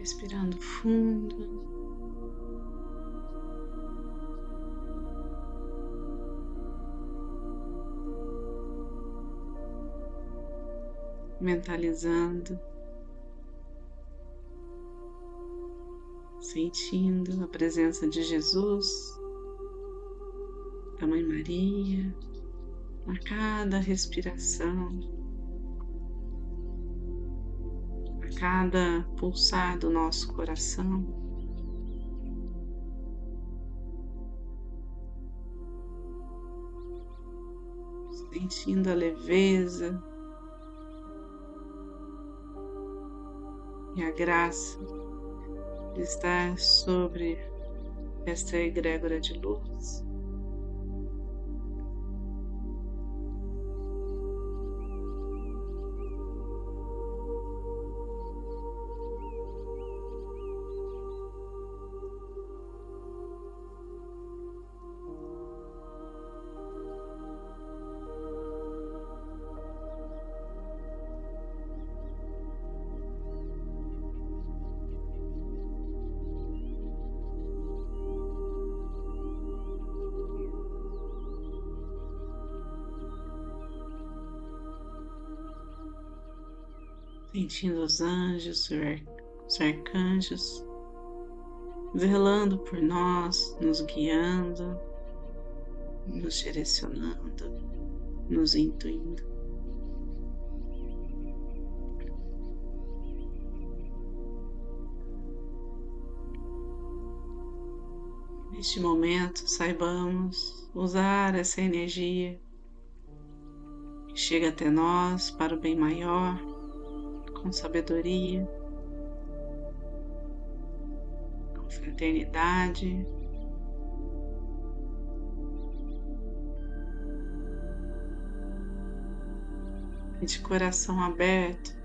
respirando fundo, mentalizando, sentindo a presença de Jesus, da Mãe Maria, a cada respiração, a cada pulsar do nosso coração. Sentindo a leveza e a graça de estar sobre esta egrégora de luz. Sentindo os anjos, os arcanjos, velando por nós, nos guiando, nos direcionando, nos intuindo. Neste momento, saibamos usar essa energia que chega até nós para o bem maior, com sabedoria, com fraternidade, e de coração aberto.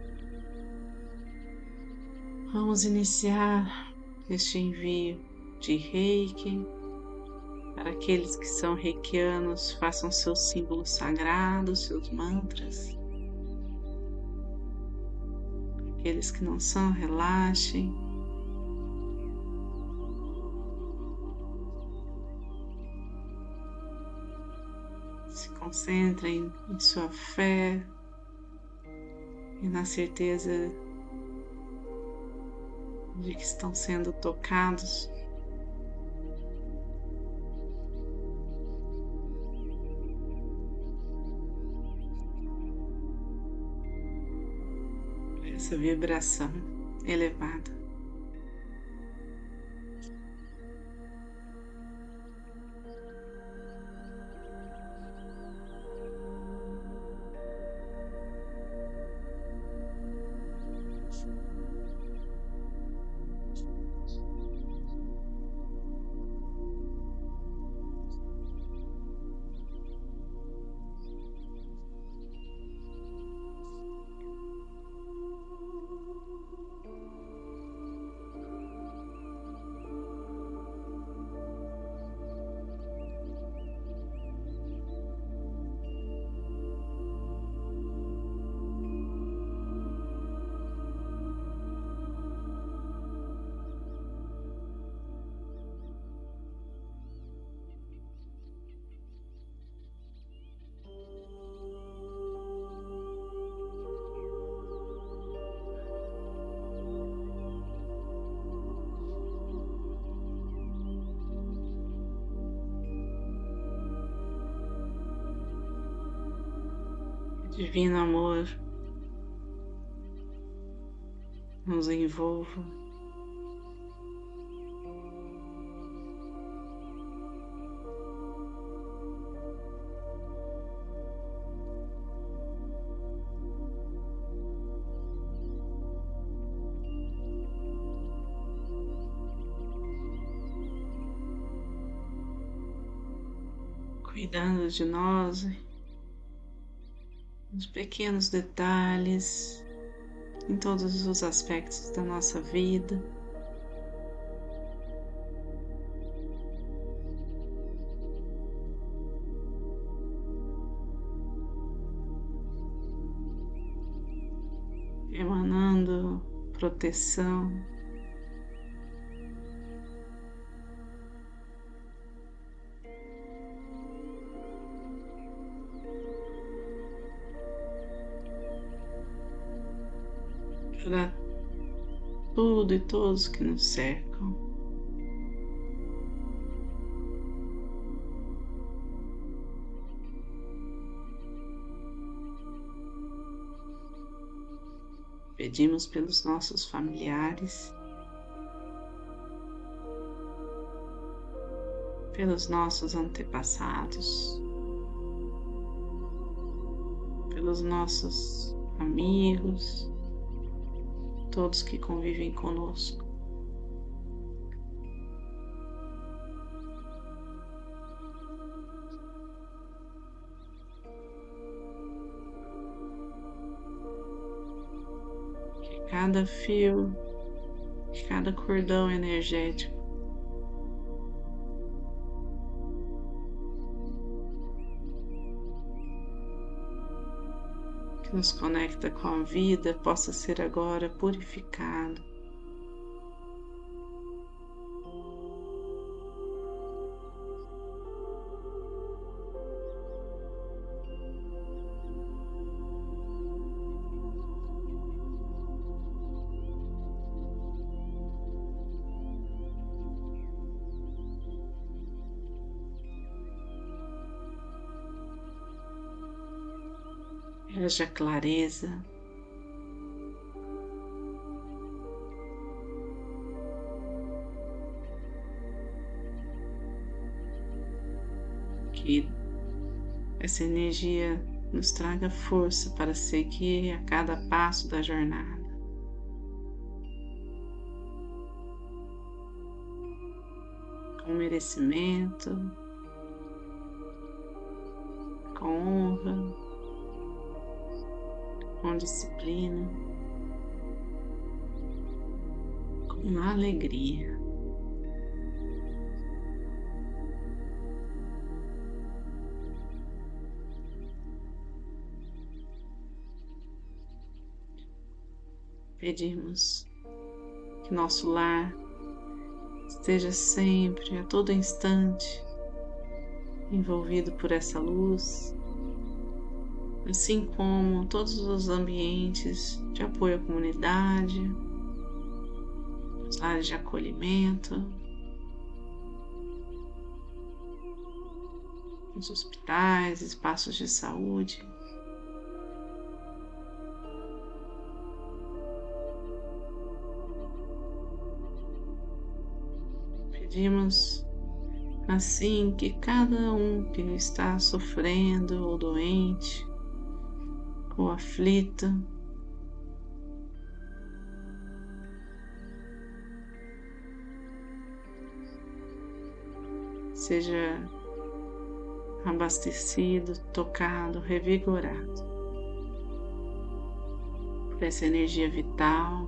Vamos iniciar este envio de Reiki. Para aqueles que são reikianos, façam seus símbolos sagrados, seus mantras. Aqueles que não são, relaxem. Se concentrem em sua fé e na certeza de que estão sendo tocados por essa vibração elevada. Divino amor nos envolva. Cuidando de nós, nos pequenos detalhes, em todos os aspectos da nossa vida. Emanando proteção, para tudo e todos que nos cercam. Pedimos pelos nossos familiares, pelos nossos antepassados, pelos nossos amigos, todos que convivem conosco. Que cada fio, que cada cordão energético que nos conecta com a vida possa ser agora purificado. Haja clareza, que essa energia nos traga força para seguir a cada passo da jornada. Com merecimento, com honra, com disciplina, com alegria. Pedimos que nosso lar esteja sempre, a todo instante, envolvido por essa luz, assim como todos os ambientes de apoio à comunidade, os lares de acolhimento, os hospitais, espaços de saúde. Pedimos assim que cada um que está sofrendo ou doente ou aflito seja abastecido, tocado, revigorado por essa energia vital,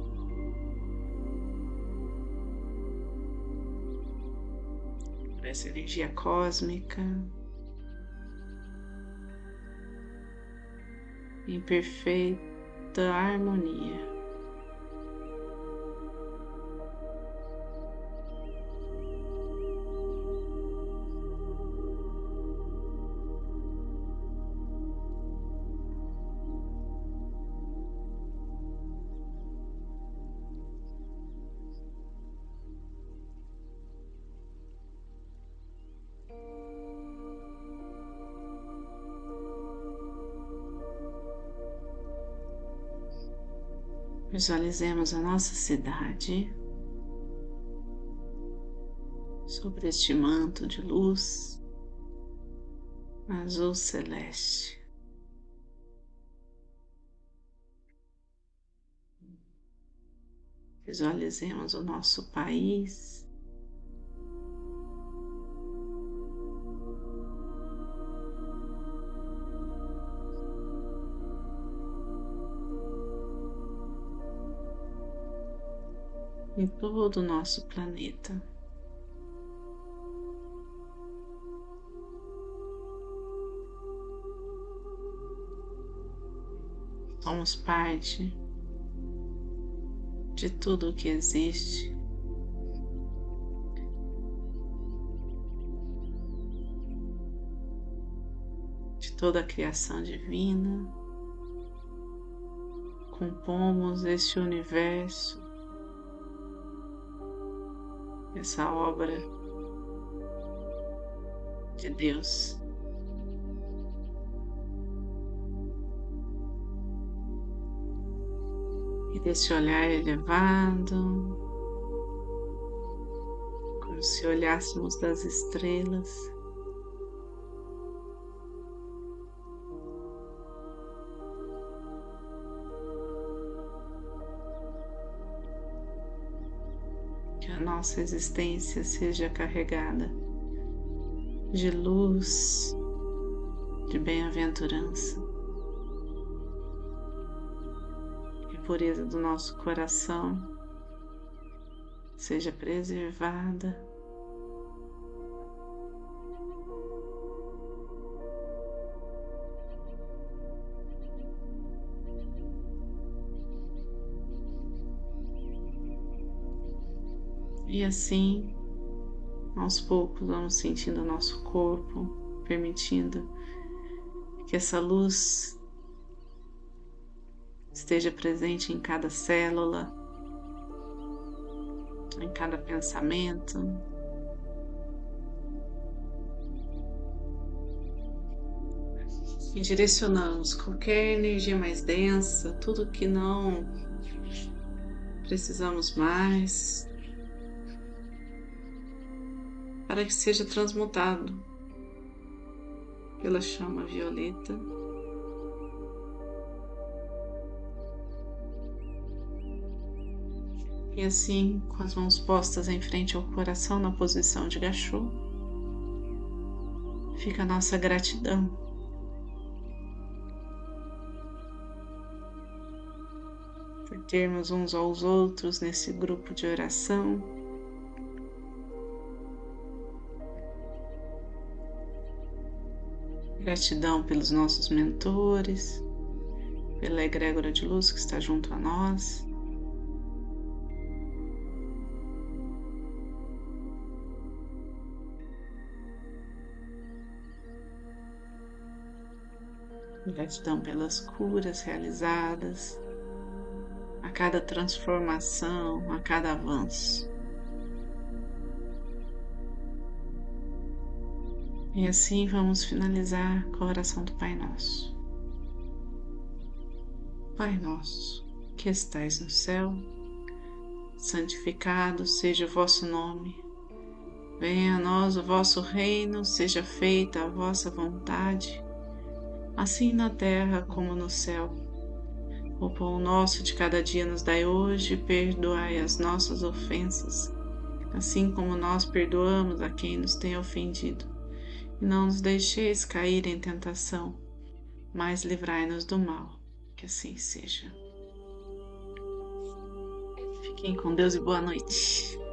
por essa energia cósmica, em perfeita harmonia. Visualizemos a nossa cidade sobre este manto de luz azul celeste. Visualizemos o nosso país em todo o nosso planeta. Somos parte de tudo o que existe. De toda a criação divina, compomos este universo, essa obra de Deus. E desse olhar elevado, como se olhássemos das estrelas, que a nossa existência seja carregada de luz, de bem-aventurança, que a pureza do nosso coração seja preservada, e assim, aos poucos, vamos sentindo o nosso corpo, permitindo que essa luz esteja presente em cada célula, em cada pensamento. E direcionamos qualquer energia mais densa, tudo que não precisamos mais, para que seja transmutado pela chama violeta. E assim, com as mãos postas em frente ao coração na posição de Gachô, fica a nossa gratidão por termos uns aos outros nesse grupo de oração. Gratidão pelos nossos mentores, pela egrégora de luz que está junto a nós. Gratidão pelas curas realizadas, a cada transformação, a cada avanço. E assim vamos finalizar com a oração do Pai Nosso. Pai nosso, que estais no céu, santificado seja o vosso nome. Venha a nós o vosso reino, seja feita a vossa vontade, assim na terra como no céu. O pão nosso de cada dia nos dai hoje, perdoai as nossas ofensas, assim como nós perdoamos a quem nos tem ofendido. E não nos deixeis cair em tentação, mas livrai-nos do mal. Que assim seja. Fiquem com Deus e boa noite.